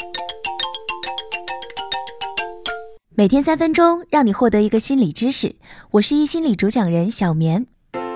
每天3分钟，让你获得一个心理知识。我是一心理主讲人小棉。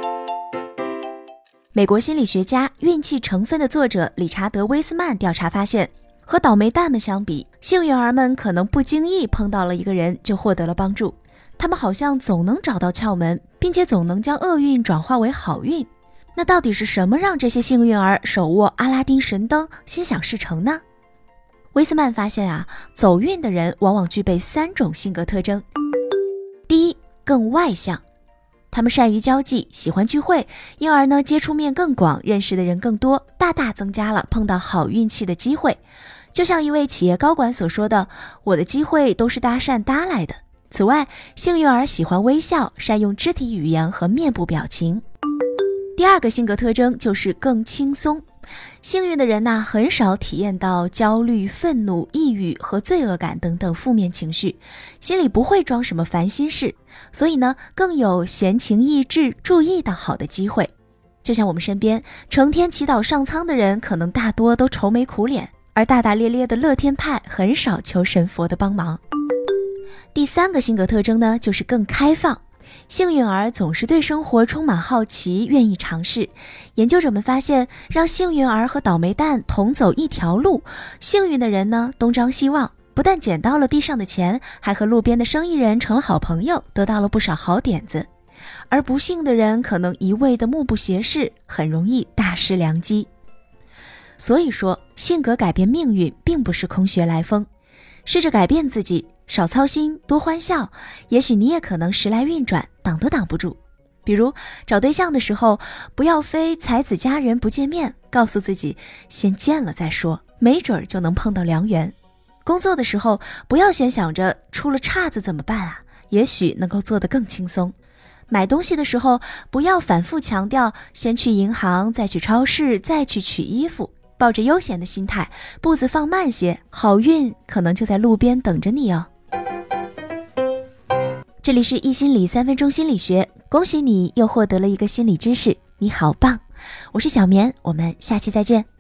美国心理学家《运气成分》的作者理查德·威斯曼调查发现，和倒霉蛋们相比，幸运儿们可能不经意碰到了一个人就获得了帮助。他们好像总能找到窍门，并且总能将厄运转化为好运。那到底是什么让这些幸运儿手握阿拉丁神灯，心想事成呢？威斯曼发现走运的人往往具备3种性格特征。第一，更外向，他们善于交际，喜欢聚会，因而呢接触面更广，认识的人更多，大大增加了碰到好运气的机会。就像一位企业高管所说的，我的机会都是搭讪搭来的。此外，幸运儿喜欢微笑，善用肢体语言和面部表情。第二个性格特征就是更轻松。幸运的人很少体验到焦虑、愤怒、抑郁和罪恶感等等负面情绪，心里不会装什么烦心事，所以呢，更有闲情逸致注意到好的机会。就像我们身边成天祈祷上苍的人，可能大多都愁眉苦脸，而大大咧咧的乐天派很少求神佛的帮忙。第3个性格特征呢，就是更开放。幸运儿总是对生活充满好奇，愿意尝试。研究者们发现，让幸运儿和倒霉蛋同走一条路，幸运的人呢东张西望，不但捡到了地上的钱，还和路边的生意人成了好朋友，得到了不少好点子。而不幸的人可能一味的目不斜视，很容易大失良机。所以说，性格改变命运并不是空穴来风，试着改变自己，少操心，多欢笑，也许你也可能时来运转，挡都挡不住。比如找对象的时候，不要非才子佳人不见面，告诉自己先见了再说，没准就能碰到良缘。工作的时候，不要先想着出了岔子怎么办也许能够做得更轻松。买东西的时候，不要反复强调先去银行，再去超市，再去取衣服，抱着悠闲的心态，步子放慢些，好运可能就在路边等着你哦。这里是一心理3分钟心理学，恭喜你又获得了一个心理知识，你好棒！我是小棉，我们下期再见。